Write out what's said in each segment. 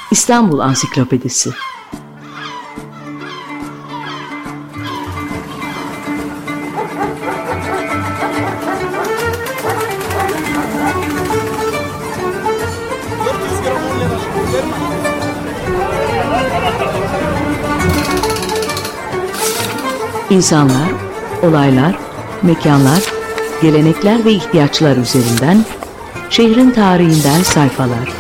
İstanbul Ansiklopedisi. İnsanlar, olaylar, mekanlar, gelenekler ve ihtiyaçlar üzerinden şehrin tarihinden sayfalar.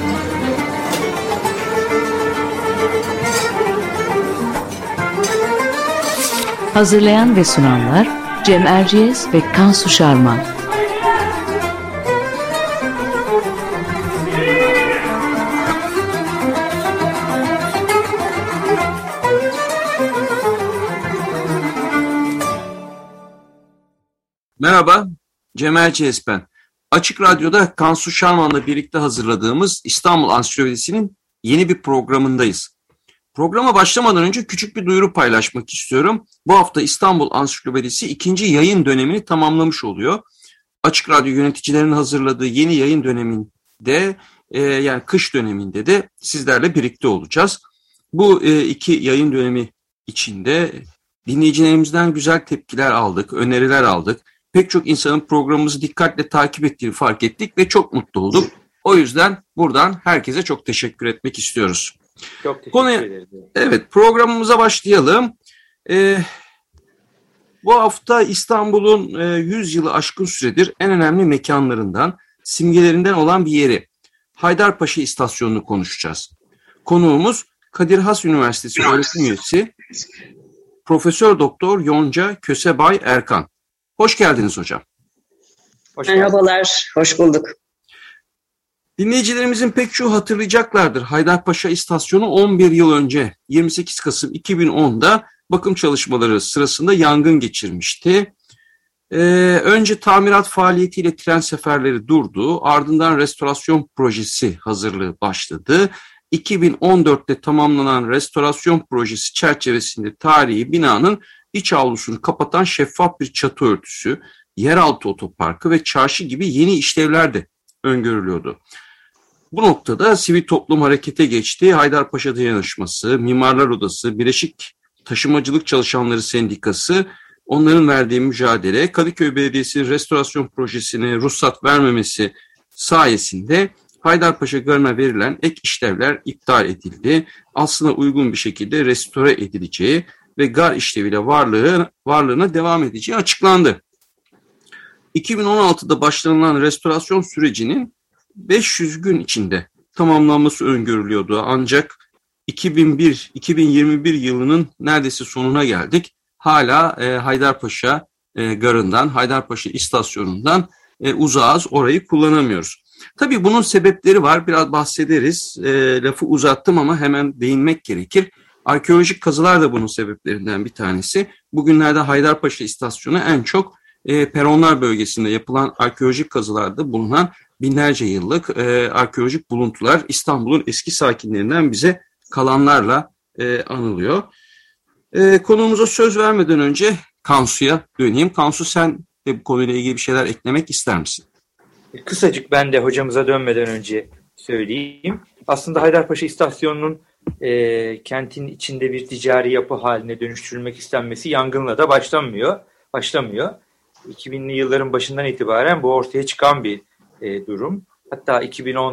Hazırlayan ve sunanlar Cem Erciyes ve Kansu Şarman. Merhaba, Cem Erciyes ben. Açık Radyo'da Kansu Şarman'la birlikte hazırladığımız İstanbul Ansiklopedisi'nin yeni bir programındayız. Programa başlamadan önce küçük bir duyuru paylaşmak istiyorum. Bu hafta İstanbul Ansiklopedisi ikinci yayın dönemini tamamlamış oluyor. Açık Radyo yöneticilerinin hazırladığı yeni yayın döneminde, yani kış döneminde de sizlerle birlikte olacağız. Bu iki yayın dönemi içinde dinleyicilerimizden güzel tepkiler aldık, öneriler aldık. Pek çok insanın programımızı dikkatle takip ettiğini fark ettik ve çok mutlu olduk. O yüzden buradan herkese çok teşekkür etmek istiyoruz. Çok teşekkür ederim. Evet, programımıza başlayalım. Bu hafta İstanbul'un 100 yılı aşkın süredir en önemli mekanlarından, simgelerinden olan bir yeri, Haydarpaşa İstasyonu'nu konuşacağız. Konuğumuz Kadir Has Üniversitesi öğretim üyesi Profesör Doktor Yonca Kösebay Erkan. Hoş geldiniz hocam. Merhabalar, hoş bulduk. Dinleyicilerimizin pek çoğu hatırlayacaklardır. Haydarpaşa İstasyonu 11 yıl önce 28 Kasım 2010'da bakım çalışmaları sırasında yangın geçirmişti. Önce tamirat faaliyetiyle tren seferleri durdu. Ardından restorasyon projesi hazırlığı başladı. 2014'te tamamlanan restorasyon projesi çerçevesinde tarihi binanın iç avlusunu kapatan şeffaf bir çatı örtüsü, yeraltı otoparkı ve çarşı gibi yeni işlevler de öngörülüyordu. Bu noktada sivil toplum harekete geçti. Haydarpaşa Dayanışması, Mimarlar Odası, Birleşik Taşımacılık Çalışanları Sendikası, onların verdiği mücadele, Kadıköy Belediyesi restorasyon projesine ruhsat vermemesi sayesinde Haydarpaşa Garı'na verilen ek işlevler iptal edildi. Aslına uygun bir şekilde restore edileceği ve gar işleviyle varlığına devam edeceği açıklandı. 2016'da başlanılan restorasyon sürecinin 500 gün içinde tamamlanması öngörülüyordu. Ancak 2021 yılının neredeyse sonuna geldik. Hala Haydarpaşa Garı'ndan, Haydarpaşa İstasyonu'ndan uzağız, orayı kullanamıyoruz. Tabii bunun sebepleri var, biraz bahsederiz. Lafı uzattım ama hemen değinmek gerekir. Arkeolojik kazılar da bunun sebeplerinden bir tanesi. Bugünlerde Haydarpaşa İstasyonu en çok peronlar bölgesinde yapılan arkeolojik kazılarda bulunan binlerce yıllık arkeolojik buluntular İstanbul'un eski sakinlerinden bize kalanlarla anılıyor. Konuğumuza söz vermeden önce Kansu'ya döneyim. Kansu, sen de bu konuyla ilgili bir şeyler eklemek ister misin? Kısacık ben de hocamıza dönmeden önce söyleyeyim. Aslında Haydarpaşa İstasyonu'nun kentin içinde bir ticari yapı haline dönüştürülmek istenmesi yangınla da başlamıyor. 2000'li yılların başından itibaren bu ortaya çıkan bir durum. Hatta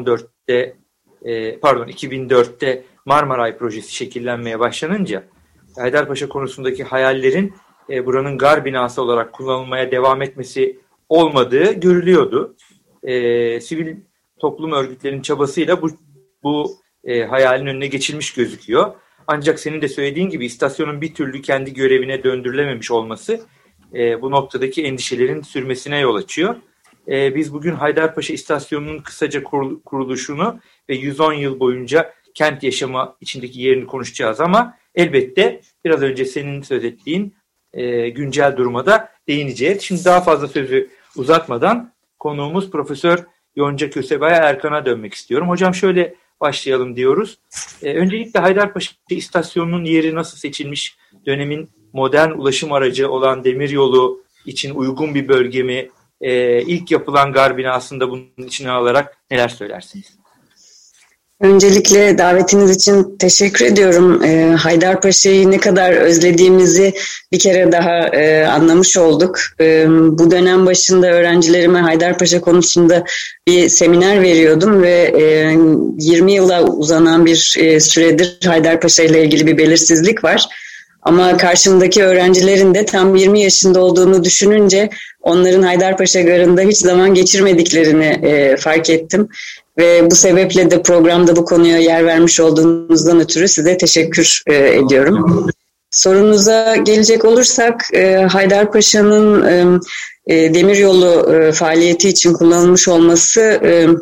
2004'te Marmaray projesi şekillenmeye başlanınca Haydarpaşa konusundaki hayallerin buranın gar binası olarak kullanılmaya devam etmesi olmadığı görülüyordu. Sivil toplum örgütlerinin çabasıyla bu hayalin önüne geçilmiş gözüküyor. Ancak senin de söylediğin gibi istasyonun bir türlü kendi görevine döndürülememiş olması bu noktadaki endişelerin sürmesine yol açıyor. Biz bugün Haydarpaşa İstasyonu'nun kısaca kuruluşunu ve 110 yıl boyunca kent yaşamı içindeki yerini konuşacağız ama elbette biraz önce senin söz ettiğin güncel duruma da değineceğiz. Şimdi daha fazla sözü uzatmadan konuğumuz Profesör Yonca Kösebay Erkan'a dönmek istiyorum. Hocam şöyle başlayalım diyoruz. Öncelikle Haydarpaşa İstasyonu'nun yeri nasıl seçilmiş? Dönemin modern ulaşım aracı olan demiryolu için uygun bir bölge mi? İlk yapılan gar binasında bunun içine alarak neler söylersiniz? Öncelikle davetiniz için teşekkür ediyorum. Haydarpaşa'yı ne kadar özlediğimizi bir kere daha anlamış olduk. Bu dönem başında öğrencilerime Haydarpaşa konusunda bir seminer veriyordum ve 20 yıla uzanan bir süredir Haydarpaşa ile ilgili bir belirsizlik var. Ama karşımdaki öğrencilerin de tam 20 yaşında olduğunu düşününce onların Haydarpaşa Garı'nda hiç zaman geçirmediklerini fark ettim. Ve bu sebeple de programda bu konuya yer vermiş olduğunuzdan ötürü size teşekkür ediyorum. Sorunuza gelecek olursak Haydarpaşa'nın demiryolu faaliyeti için kullanılmış olması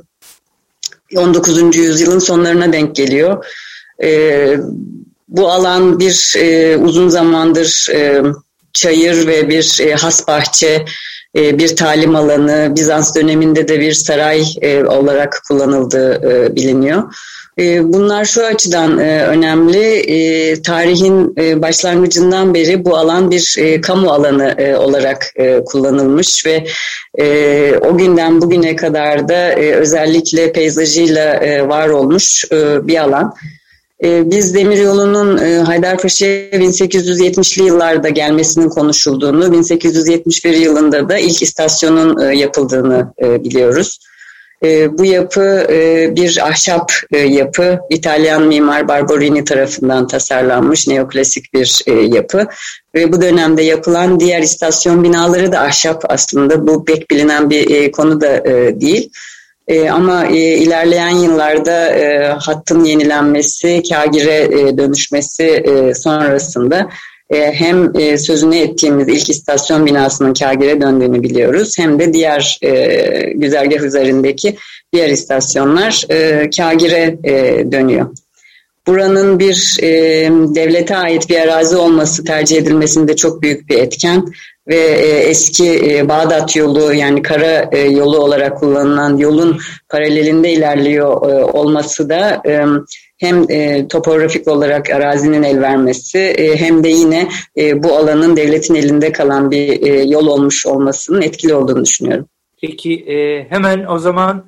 19. yüzyılın sonlarına denk geliyor. Bu alan bir uzun zamandır çayır ve bir hasbahçe, bir talim alanı, Bizans döneminde de bir saray olarak kullanıldığı biliniyor. Bunlar şu açıdan önemli, tarihin başlangıcından beri bu alan bir kamu alanı olarak kullanılmış ve o günden bugüne kadar da özellikle peyzajıyla var olmuş bir alan. Biz demiryolunun Haydarpaşa'ya 1870'li yıllarda gelmesinin konuşulduğunu, 1871 yılında da ilk istasyonun yapıldığını biliyoruz. Bu yapı bir ahşap yapı, İtalyan mimar Barberini tarafından tasarlanmış neoklasik bir yapı. Ve bu dönemde yapılan diğer istasyon binaları da ahşap aslında, bu pek bilinen bir konu da değil. Ama ilerleyen yıllarda hattın yenilenmesi, kâgire dönüşmesi sonrasında hem sözünü ettiğimiz ilk istasyon binasının kâgire döndüğünü biliyoruz, hem de diğer güzergah üzerindeki diğer istasyonlar kâgire dönüyor. Buranın bir devlete ait bir arazi olması tercih edilmesinde çok büyük bir etken ve eski Bağdat yolu, yani kara yolu olarak kullanılan yolun paralelinde ilerliyor olması da hem topografik olarak arazinin el vermesi hem de yine bu alanın devletin elinde kalan bir yol olmuş olmasının etkili olduğunu düşünüyorum. Peki hemen o zaman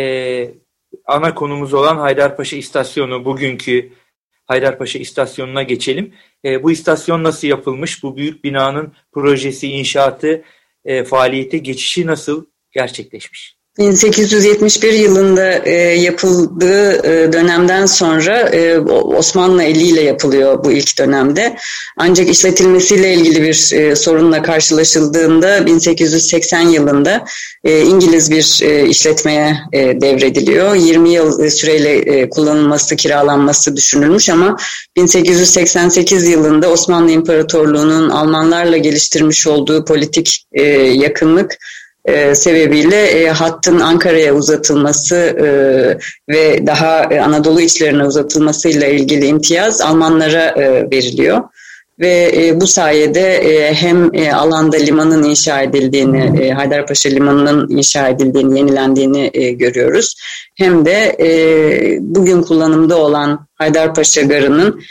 ana konumuz olan Haydarpaşa İstasyonu, bugünkü Haydarpaşa İstasyonu'na geçelim. Bu istasyon nasıl yapılmış? Bu büyük binanın projesi, inşaatı, faaliyete geçişi nasıl gerçekleşmiş? 1871 yılında yapıldığı dönemden sonra Osmanlı eliyle yapılıyor bu ilk dönemde. Ancak işletilmesiyle ilgili bir sorunla karşılaşıldığında 1880 yılında İngiliz bir işletmeye devrediliyor. 20 yıl süreyle kullanılması, kiralanması düşünülmüş ama 1888 yılında Osmanlı İmparatorluğu'nun Almanlarla geliştirmiş olduğu politik yakınlık sebebiyle hattın Ankara'ya uzatılması ve daha Anadolu içlerine uzatılmasıyla ilgili imtiyaz Almanlara veriliyor. Ve bu sayede hem alanda limanın inşa edildiğini, Haydarpaşa Limanı'nın inşa edildiğini, yenilendiğini görüyoruz. Hem de bugün kullanımda olan Haydarpaşa Garı'nın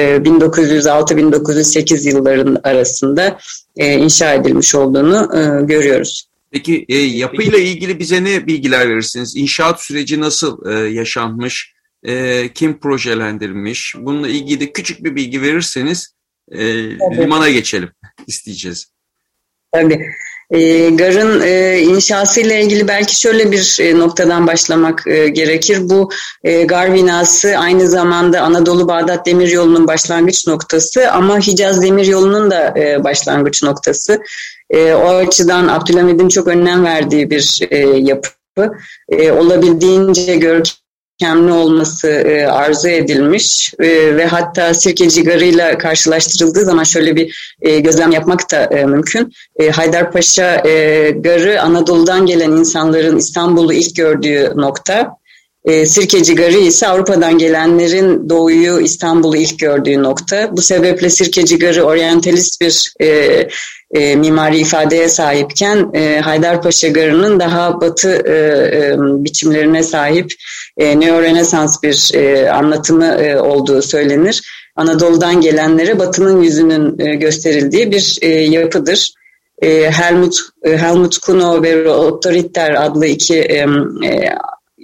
1906-1908 yılların arasında inşa edilmiş olduğunu görüyoruz. Peki yapıyla ilgili bize ne bilgiler verirsiniz? İnşaat süreci nasıl yaşanmış? Kim projelendirmiş? Bununla ilgili de küçük bir bilgi verirseniz limana geçelim isteyeceğiz. Tabii. Garın inşasıyla ilgili belki şöyle bir noktadan başlamak gerekir. Bu gar binası aynı zamanda Anadolu Bağdat Demiryolu'nun başlangıç noktası ama Hicaz Demiryolu'nun da başlangıç noktası. O açıdan Abdülhamid'in çok önem verdiği bir yapı. Olabildiğince görkemli olması arzu edilmiş ve hatta Sirkeci Garı'yla karşılaştırıldığı zaman şöyle bir gözlem yapmak da mümkün. Haydarpaşa Garı Anadolu'dan gelen insanların İstanbul'u ilk gördüğü nokta. Sirkeci Garı ise Avrupa'dan gelenlerin doğuyu, İstanbul'u ilk gördüğü nokta. Bu sebeple Sirkeci Garı oryantalist bir mimari ifadeye sahipken Haydarpaşa Garı'nın daha batı biçimlerine sahip neo-Rönesans bir anlatımı olduğu söylenir. Anadolu'dan gelenlere batının yüzünün gösterildiği bir yapıdır. Helmut Kuno ve Otto Ritter adlı iki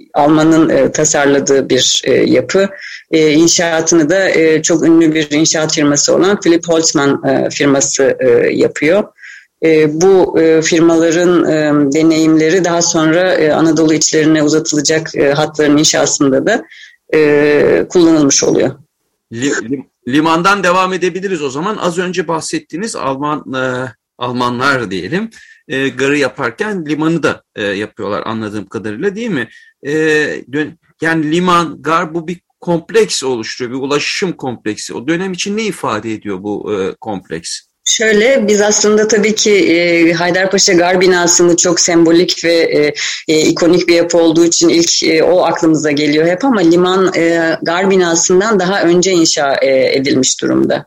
Alman'ın tasarladığı bir yapı. İnşaatını da çok ünlü bir inşaat firması olan Philipp Holzmann firması yapıyor. Bu firmaların deneyimleri daha sonra Anadolu içlerine uzatılacak hatların inşasında da kullanılmış oluyor. Limandan devam edebiliriz o zaman. Az önce bahsettiğiniz Almanlar diyelim garı yaparken limanı da yapıyorlar anladığım kadarıyla, değil mi? Yani liman, gar bu bir kompleks oluşturuyor, bir ulaşım kompleksi. O dönem için ne ifade ediyor bu kompleks? Şöyle, biz aslında tabii ki Haydarpaşa Gar binasını çok sembolik ve ikonik bir yapı olduğu için ilk o aklımıza geliyor hep, ama liman gar binasından daha önce inşa edilmiş durumda.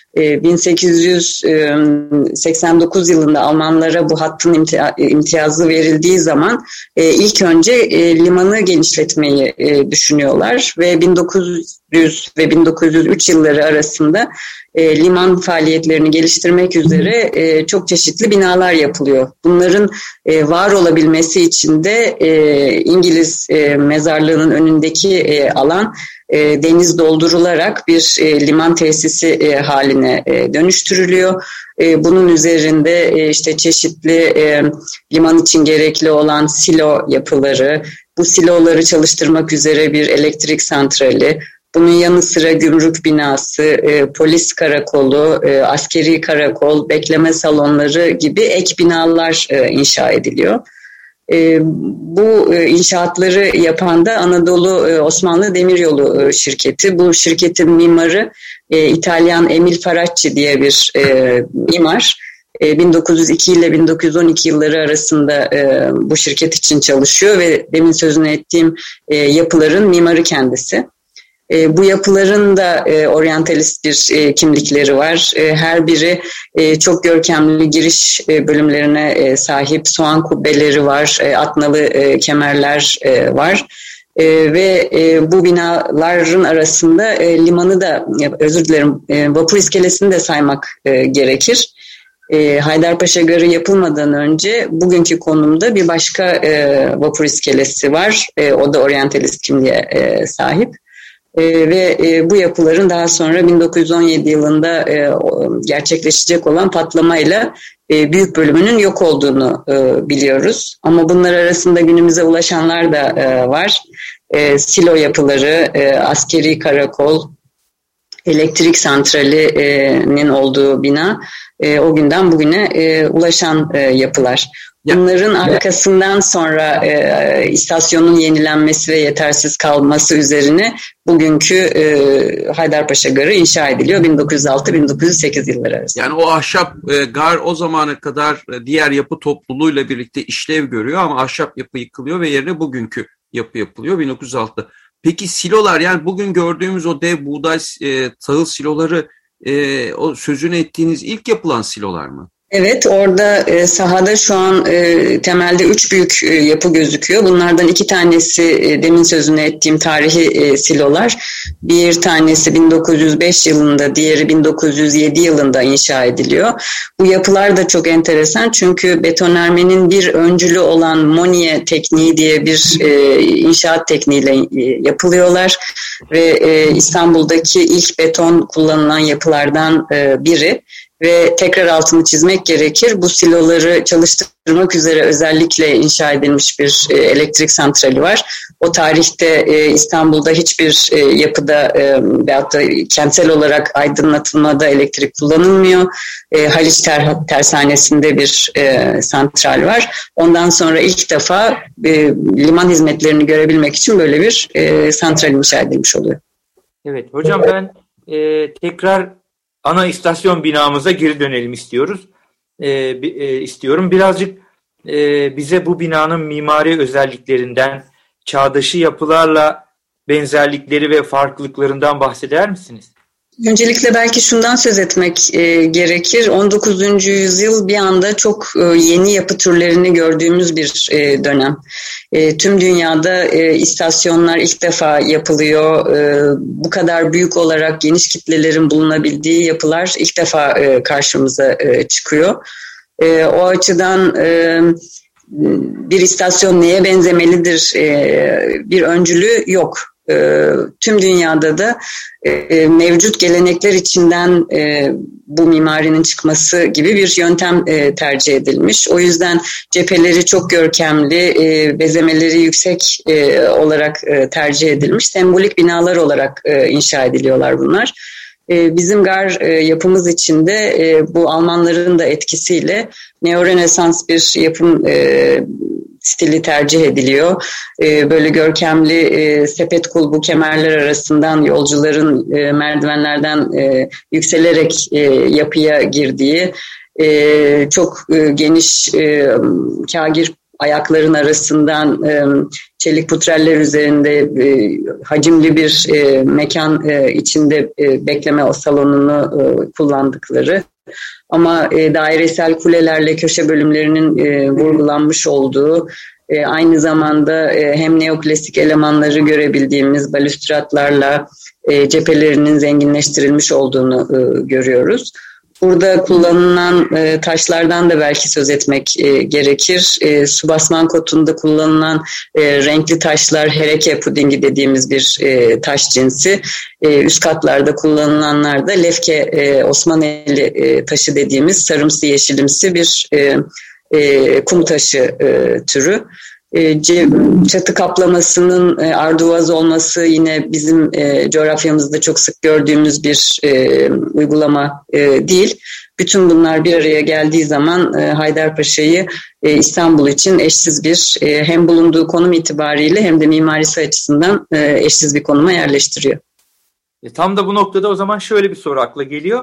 1889 yılında Almanlara bu hattın imtiyazı verildiği zaman ilk önce limanı genişletmeyi düşünüyorlar ve 1900 ve 1903 yılları arasında liman faaliyetlerini geliştirmek üzere çok çeşitli binalar yapılıyor. Bunların var olabilmesi için de İngiliz mezarlığının önündeki alan deniz doldurularak bir liman tesisi haline dönüştürülüyor. Bunun üzerinde işte çeşitli liman için gerekli olan silo yapıları, bu siloları çalıştırmak üzere bir elektrik santrali, bunun yanı sıra gümrük binası, polis karakolu, askeri karakol, bekleme salonları gibi ek binalar inşa ediliyor. Bu inşaatları yapan da Anadolu Osmanlı Demiryolu şirketi. Bu şirketin mimarı İtalyan Emil Faracci diye bir mimar. 1902 ile 1912 yılları arasında bu şirket için çalışıyor ve demin sözünü ettiğim yapıların mimarı kendisi. Bu yapıların da oryantalist bir kimlikleri var. Her biri çok görkemli giriş bölümlerine sahip, soğan kubbeleri var, atnalı kemerler var. Ve bu binaların arasında limanı da, vapur iskelesini de saymak gerekir. Haydarpaşa Garı yapılmadan önce bugünkü konumda bir başka vapur iskelesi var. O da oryantalist kimliğe sahip. Ve bu yapıların daha sonra 1917 yılında gerçekleşecek olan patlamayla büyük bölümünün yok olduğunu biliyoruz. Ama bunlar arasında günümüze ulaşanlar da var. Silo yapıları, askeri karakol, elektrik santralinin olduğu bina o günden bugüne ulaşan yapılar. Bunların arkasından sonra istasyonun yenilenmesi ve yetersiz kalması üzerine bugünkü Haydarpaşa Garı inşa ediliyor 1906-1908 yılları arasında. Yani o ahşap gar o zamana kadar diğer yapı topluluğuyla birlikte işlev görüyor ama ahşap yapı yıkılıyor ve yerine bugünkü yapı yapılıyor 1906'da. Peki silolar, yani bugün gördüğümüz o dev buğday tahıl siloları o sözünü ettiğiniz ilk yapılan silolar mı? Evet, orada sahada şu an temelde 3 büyük yapı gözüküyor. Bunlardan 2 tanesi demin sözünü ettiğim tarihi silolar. Bir tanesi 1905 yılında, diğeri 1907 yılında inşa ediliyor. Bu yapılar da çok enteresan çünkü betonarmenin bir öncülü olan Monnier tekniği diye bir inşaat tekniğiyle yapılıyorlar. Ve İstanbul'daki ilk beton kullanılan yapılardan biri. Ve tekrar altını çizmek gerekir. Bu siloları çalıştırmak üzere özellikle inşa edilmiş bir elektrik santrali var. O tarihte İstanbul'da hiçbir yapıda veyahut da kentsel olarak aydınlatılmada elektrik kullanılmıyor. Haliç Tersanesi'nde bir santral var. Ondan sonra ilk defa liman hizmetlerini görebilmek için böyle bir santral inşa edilmiş oluyor. Evet hocam, ben tekrar ana istasyon binamıza geri dönelim istiyorum. Birazcık bize bu binanın mimari özelliklerinden, çağdaşı yapılarla benzerlikleri ve farklılıklarından bahseder misiniz? Öncelikle belki şundan söz etmek gerekir. 19. yüzyıl bir anda çok yeni yapı türlerini gördüğümüz bir dönem. Tüm dünyada istasyonlar ilk defa yapılıyor. Bu kadar büyük olarak geniş kitlelerin bulunabildiği yapılar ilk defa karşımıza çıkıyor. O açıdan bir istasyon neye benzemelidir bir öncülü yok. Tüm dünyada da mevcut gelenekler içinden bu mimarinin çıkması gibi bir yöntem tercih edilmiş. O yüzden cepheleri çok görkemli, bezemeleri yüksek olarak tercih edilmiş. Sembolik binalar olarak inşa ediliyorlar bunlar. Bizim gar yapımız içinde bu Almanların da etkisiyle Neo-Rönesans bir yapım stili tercih ediliyor. Böyle görkemli sepet kulbu kemerler arasından yolcuların merdivenlerden yükselerek yapıya girdiği, çok geniş kagir ayakların arasından çelik putreller üzerinde hacimli bir mekan içinde bekleme salonunu kullandıkları. Ama dairesel kulelerle köşe bölümlerinin vurgulanmış olduğu, aynı zamanda hem neoklasik elemanları görebildiğimiz balüstratlarla cephelerinin zenginleştirilmiş olduğunu görüyoruz. Burada kullanılan taşlardan da belki söz etmek gerekir. Su basman kotunda kullanılan renkli taşlar hereke pudingi dediğimiz bir taş cinsi. Üst katlarda kullanılanlar da lefke Osmaneli taşı dediğimiz sarımsı yeşilimsi bir kum taşı türü. Çatı kaplamasının arduvaz olması yine bizim coğrafyamızda çok sık gördüğümüz bir uygulama değil. Bütün bunlar bir araya geldiği zaman Haydarpaşa'yı İstanbul için eşsiz bir, hem bulunduğu konum itibariyle hem de mimarisi açısından eşsiz bir konuma yerleştiriyor. Tam da bu noktada o zaman şöyle bir soru akla geliyor.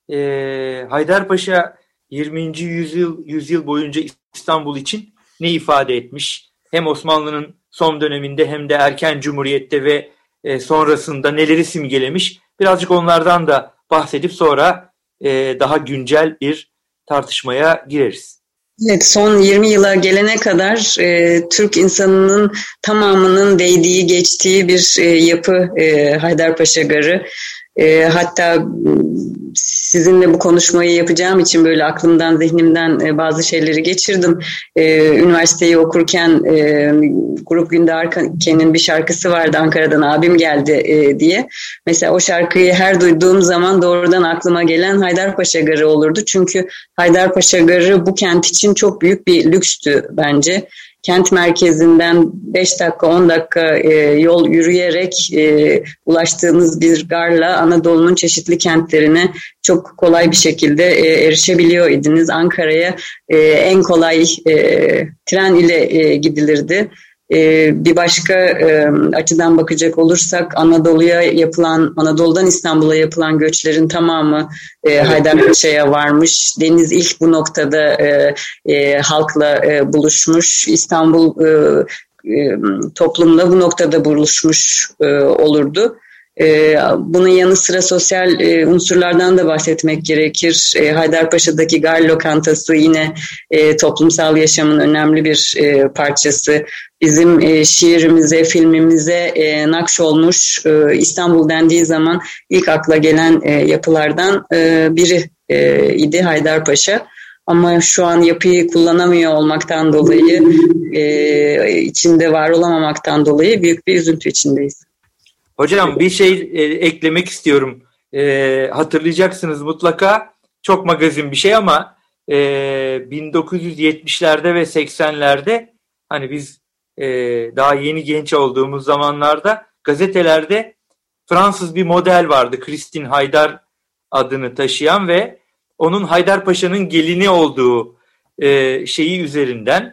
Haydarpaşa 20. yüzyıl boyunca İstanbul için ne ifade etmiş? Hem Osmanlı'nın son döneminde hem de erken Cumhuriyet'te ve sonrasında neleri simgelemiş? Birazcık onlardan da bahsedip sonra daha güncel bir tartışmaya gireriz. Evet, son 20 yıla gelene kadar Türk insanının tamamının değdiği, geçtiği bir yapı Haydarpaşa Garı. Hatta sizinle bu konuşmayı yapacağım için böyle aklımdan, zihnimden bazı şeyleri geçirdim. Üniversiteyi okurken Grup Günde Arken'in bir şarkısı vardı, Ankara'dan abim geldi diye. Mesela o şarkıyı her duyduğum zaman doğrudan aklıma gelen Haydarpaşa Garı olurdu. Çünkü Haydarpaşa Garı bu kent için çok büyük bir lükstü bence. Kent merkezinden 5 dakika 10 dakika yol yürüyerek ulaştığınız bir garla Anadolu'nun çeşitli kentlerine çok kolay bir şekilde erişebiliyor idiniz. Ankara'ya en kolay tren ile gidilirdi. Bir başka açıdan bakacak olursak Anadolu'dan İstanbul'a yapılan göçlerin tamamı Haydarpaşa'ya varmış. Deniz ilk bu noktada halkla buluşmuş. İstanbul toplumla bu noktada buluşmuş olurdu. Bunun yanı sıra sosyal unsurlardan da bahsetmek gerekir. Haydarpaşa'daki gar lokantası yine toplumsal yaşamın önemli bir parçası. Bizim şiirimize, filmimize nakşolmuş İstanbul dendiği zaman ilk akla gelen yapılardan biri idi Haydarpaşa. Ama şu an yapıyı kullanamıyor olmaktan dolayı, içinde var olamamaktan dolayı büyük bir üzüntü içindeyiz. Hocam bir şey eklemek istiyorum. Hatırlayacaksınız mutlaka, çok magazin bir şey ama 1970'lerde ve 80'lerde hani biz daha yeni genç olduğumuz zamanlarda gazetelerde Fransız bir model vardı. Christine Haydar adını taşıyan ve onun Haydarpaşa'nın gelini olduğu şeyi üzerinden,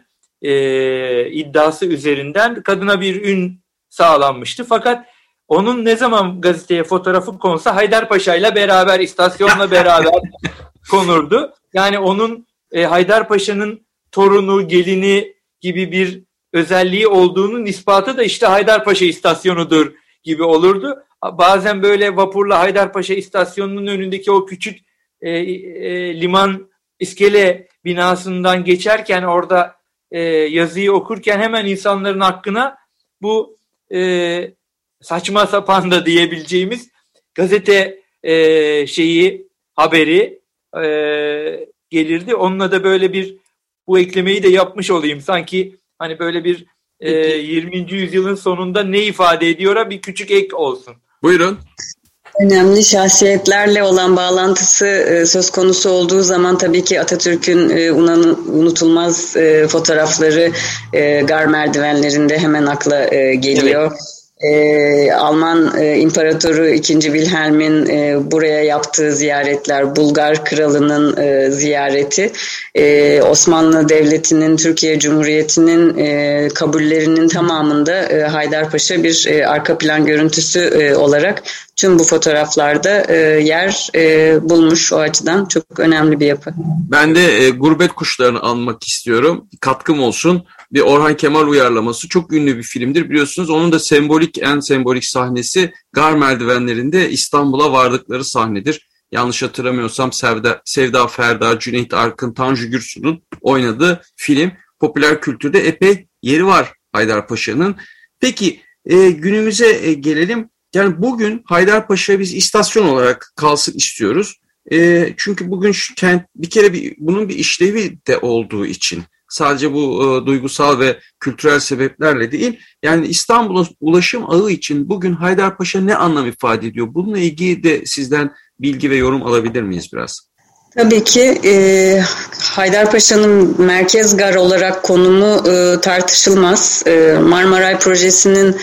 iddiası üzerinden kadına bir ün sağlanmıştı. Fakat onun ne zaman gazeteye fotoğrafı konsa Haydarpaşa'yla beraber, istasyonla beraber konurdu. Yani onun Haydarpaşa'nın torunu, gelini gibi bir özelliği olduğunun ispatı da işte Haydarpaşa istasyonudur gibi olurdu. Bazen böyle vapurla Haydarpaşa istasyonunun önündeki o küçük liman iskele binasından geçerken orada yazıyı okurken hemen insanların hakkına bu saçma sapan da diyebileceğimiz gazete haberi gelirdi. Onunla da böyle bir bu eklemeyi de yapmış olayım. Sanki hani böyle bir 20. yüzyılın sonunda ne ifade ediyor'a bir küçük ek olsun. Buyurun. Önemli şahsiyetlerle olan bağlantısı söz konusu olduğu zaman tabii ki Atatürk'ün unutulmaz fotoğrafları gar merdivenlerinde hemen akla geliyor. Evet. Alman İmparatoru II. Wilhelm'in buraya yaptığı ziyaretler, Bulgar Kralı'nın ziyareti, Osmanlı Devleti'nin, Türkiye Cumhuriyeti'nin kabullerinin tamamında Haydarpaşa bir arka plan görüntüsü olarak tüm bu fotoğraflarda yer bulmuş. O açıdan çok önemli bir yapı. Ben de Gurbet Kuşları'nı anmak istiyorum. Katkım olsun. Bir Orhan Kemal uyarlaması. Çok ünlü bir filmdir biliyorsunuz. Onun da en sembolik sahnesi gar merdivenlerinde İstanbul'a vardıkları sahnedir. Yanlış hatırlamıyorsam Sevda Ferda, Cüneyt Arkın, Tanju Gürsu'nun oynadığı film. Popüler kültürde epey yeri var Haydarpaşa'nın. Peki günümüze gelelim. Yani bugün Haydarpaşa biz istasyon olarak kalsın istiyoruz. Çünkü bugün bir kere bunun bir işlevi de olduğu için sadece bu duygusal ve kültürel sebeplerle değil. Yani İstanbul'a ulaşım ağı için bugün Haydarpaşa ne anlam ifade ediyor? Bununla ilgili de sizden bilgi ve yorum alabilir miyiz biraz? Tabii ki Haydarpaşa'nın merkez gar olarak konumu tartışılmaz. Marmaray Projesi'nin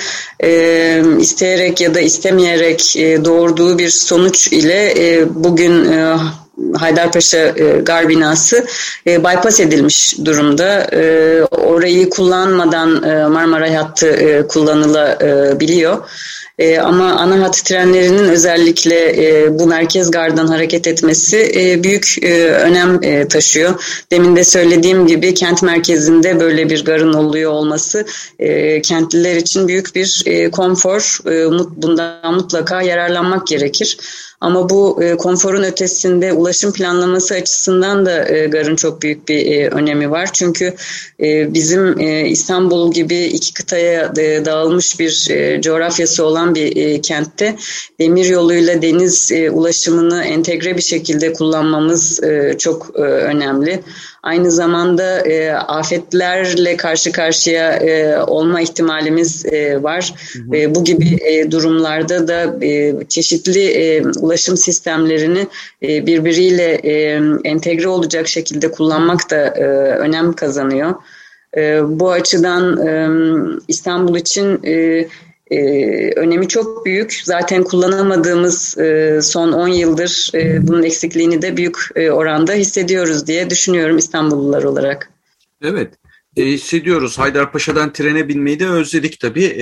isteyerek ya da istemeyerek doğurduğu bir sonuç ile bugün Haydarpaşa gar binası bypass edilmiş durumda. Orayı kullanmadan Marmaray hattı kullanılabiliyor. Ama ana hat trenlerinin özellikle bu merkez gardan hareket etmesi büyük önem taşıyor. Demin de söylediğim gibi kent merkezinde böyle bir garın oluyor olması kentliler için büyük bir konfor. Bundan mutlaka yararlanmak gerekir. Ama bu konforun ötesinde ulaşım planlaması açısından da garın çok büyük bir önemi var. Çünkü bizim İstanbul gibi iki kıtaya dağılmış bir coğrafyası olan bir kentte demir yoluyla deniz ulaşımını entegre bir şekilde kullanmamız çok önemli. Aynı zamanda afetlerle karşı karşıya olma ihtimalimiz var. Bu gibi durumlarda da çeşitli ulaşım sistemlerini birbiriyle entegre olacak şekilde kullanmak da önem kazanıyor. Bu açıdan İstanbul için önemi çok büyük. Zaten kullanamadığımız son 10 yıldır bunun eksikliğini de büyük oranda hissediyoruz diye düşünüyorum İstanbullular olarak. Evet, hissediyoruz. Haydarpaşa'dan trene binmeyi de özledik tabii.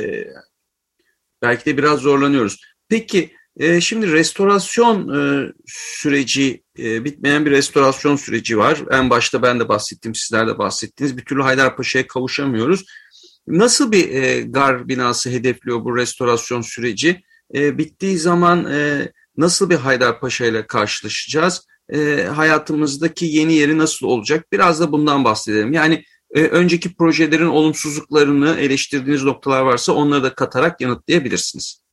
Belki de biraz zorlanıyoruz. Peki, şimdi restorasyon süreci, bitmeyen bir restorasyon süreci var. En başta ben de bahsettim, sizler de bahsettiniz. Bir türlü Haydarpaşa'ya kavuşamıyoruz. Nasıl bir gar binası hedefliyor bu restorasyon süreci? Bittiği zaman nasıl bir Haydarpaşa ile karşılaşacağız? Hayatımızdaki yeni yeri nasıl olacak? Biraz da bundan bahsedelim. Yani önceki projelerin olumsuzluklarını eleştirdiğiniz noktalar varsa onları da katarak yanıtlayabilirsiniz.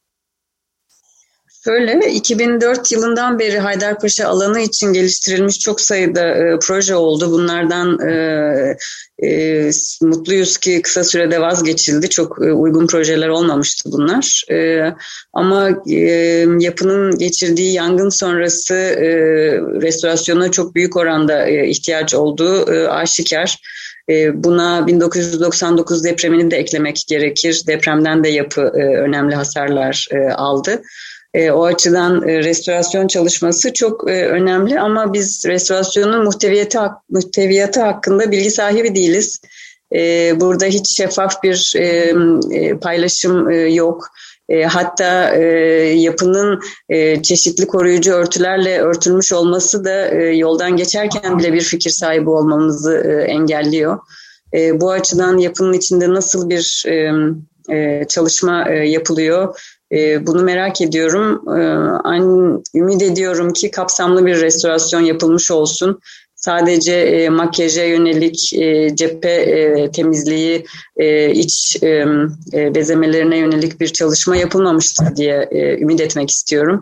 Şöyle, 2004 yılından beri Haydarpaşa alanı için geliştirilmiş çok sayıda proje oldu. Bunlardan mutluyuz ki kısa sürede vazgeçildi. Çok uygun projeler olmamıştı bunlar. Ama yapının geçirdiği yangın sonrası restorasyona çok büyük oranda ihtiyaç olduğu aşikar. Buna 1999 depremini de eklemek gerekir. Depremden de yapı önemli hasarlar aldı. O açıdan restorasyon çalışması çok önemli ama biz restorasyonun muhteviyatı hakkında bilgi sahibi değiliz. Burada hiç şeffaf bir paylaşım yok. Hatta yapının çeşitli koruyucu örtülerle örtülmüş olması da yoldan geçerken bile bir fikir sahibi olmamızı engelliyor. Bu açıdan yapının içinde nasıl bir çalışma yapılıyor? Bunu merak ediyorum. Ümit ediyorum ki kapsamlı bir restorasyon yapılmış olsun. Sadece makyaja yönelik cephe temizliği, iç bezemelerine yönelik bir çalışma yapılmamıştır diye ümit etmek istiyorum.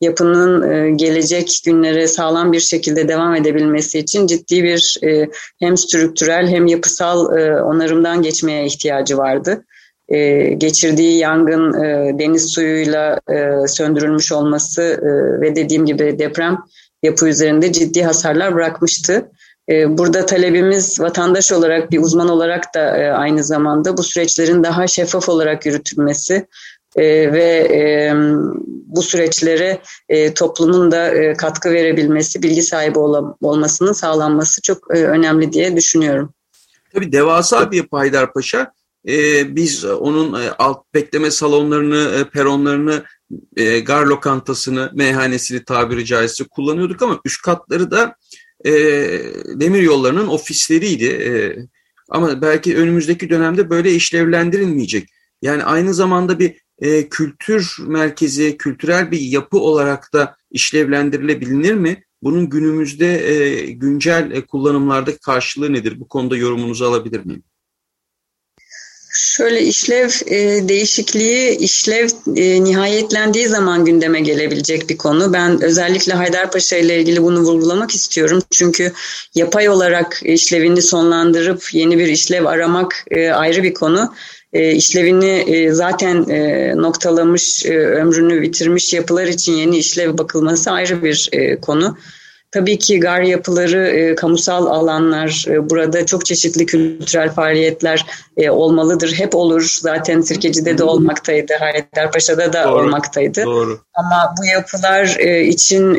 yapının gelecek günlere sağlam bir şekilde devam edebilmesi için ciddi bir hem strüktürel hem yapısal onarımdan geçmeye ihtiyacı vardı. Geçirdiği yangın deniz suyuyla söndürülmüş olması ve dediğim gibi deprem yapı üzerinde ciddi hasarlar bırakmıştı. Burada talebimiz vatandaş olarak, bir uzman olarak da aynı zamanda bu süreçlerin daha şeffaf olarak yürütülmesi ve bu süreçlere toplumun da katkı verebilmesi, bilgi sahibi olmasının sağlanması çok önemli diye düşünüyorum. Tabii devasa bir yapı Haydarpaşa. Biz onun alt bekleme salonlarını, peronlarını, gar lokantasını, meyhanesini tabiri caizse kullanıyorduk ama üst katları da demir yollarının ofisleriydi. Ama belki önümüzdeki dönemde böyle işlevlendirilmeyecek. Yani aynı zamanda bir kültür merkezi, kültürel bir yapı olarak da işlevlendirilebilir mi? Bunun günümüzde güncel kullanımlardaki karşılığı nedir? Bu konuda yorumunuzu alabilir miyim? Şöyle işlev değişikliği, işlev nihayetlendiği zaman gündeme gelebilecek bir konu. Ben özellikle Haydarpaşa ile ilgili bunu vurgulamak istiyorum. Çünkü yapay olarak işlevini sonlandırıp yeni bir işlev aramak ayrı bir konu. İşlevini zaten noktalamış, ömrünü bitirmiş yapılar için yeni işlev bakılması ayrı bir konu. Tabii ki gar yapıları, kamusal alanlar, burada çok çeşitli kültürel faaliyetler olmalıdır. Hep olur. Zaten Sirkeci'de de olmaktaydı, Haydarpaşa'da da doğru, olmaktaydı. Doğru. Ama bu yapılar için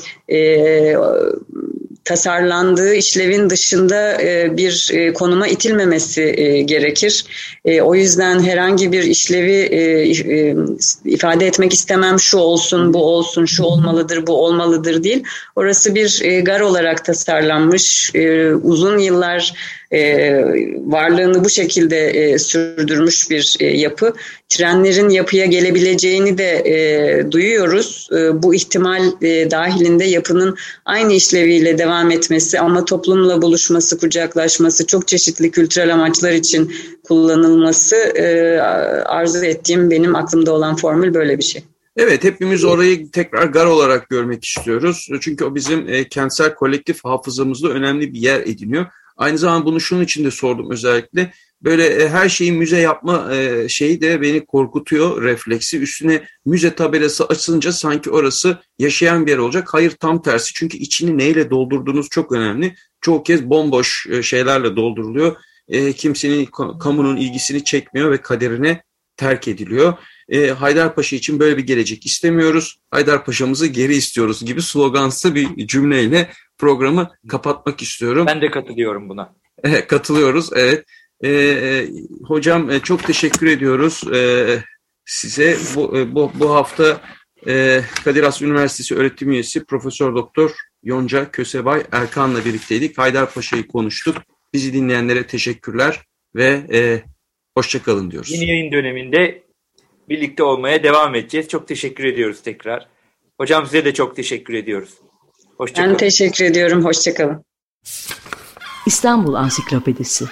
tasarlandığı işlevin dışında bir konuma itilmemesi gerekir. O yüzden herhangi bir işlevi ifade etmek istemem, şu olsun, bu olsun, şu olmalıdır, bu olmalıdır değil. Orası bir gar olarak tasarlanmış, uzun yıllar varlığını bu şekilde sürdürmüş bir yapı. Trenlerin yapıya gelebileceğini de duyuyoruz. Bu ihtimal dahilinde yapının aynı işleviyle devam etmesi ama toplumla buluşması, kucaklaşması, çok çeşitli kültürel amaçlar için kullanılması arzu ettiğim, benim aklımda olan formül böyle bir şey. Evet, hepimiz orayı tekrar gar olarak görmek istiyoruz. Çünkü o bizim kentsel kolektif hafızamızda önemli bir yer ediniyor. Aynı zamanda bunu şunun için de sordum özellikle. Böyle her şeyi müze yapma şeyi de beni korkutuyor, refleksi. Üstüne müze tabelası açılınca sanki orası yaşayan bir yer olacak. Hayır, tam tersi. Çünkü içini neyle doldurduğunuz çok önemli. Çoğu kez bomboş şeylerle dolduruluyor. Kimsenin, kamunun ilgisini çekmiyor ve kaderine terk ediliyor. Haydarpaşa için böyle bir gelecek istemiyoruz. Haydarpaşa'mızı geri istiyoruz gibi slogansı bir cümleyle programı kapatmak istiyorum. Ben de katılıyorum buna. Katılıyoruz, evet. Hocam çok teşekkür ediyoruz size. Bu hafta Kadir Has Üniversitesi öğretim üyesi Profesör Doktor Yonca Kösebay Erkan'la birlikteydik. Haydarpaşa'yı konuştuk. Bizi dinleyenlere teşekkürler ve hoşça kalın diyoruz. Yeni yayın döneminde birlikte olmaya devam edeceğiz. Çok teşekkür ediyoruz tekrar. Hocam size de çok teşekkür ediyoruz. Hoşça kalın. Ben teşekkür ediyorum. Hoşça kalın. İstanbul Ansiklopedisi.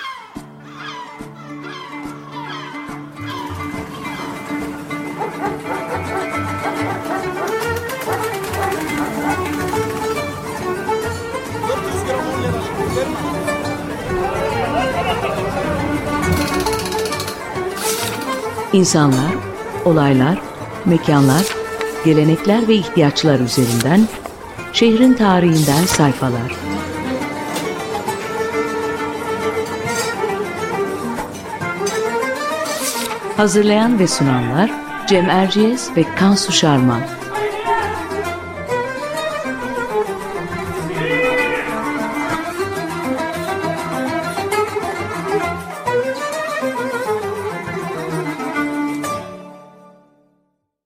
İnsanlar, olaylar, mekanlar, gelenekler ve ihtiyaçlar üzerinden şehrin tarihinden sayfalar. Hazırlayan ve sunanlar Cem Erciyes ve Kansu Şarman.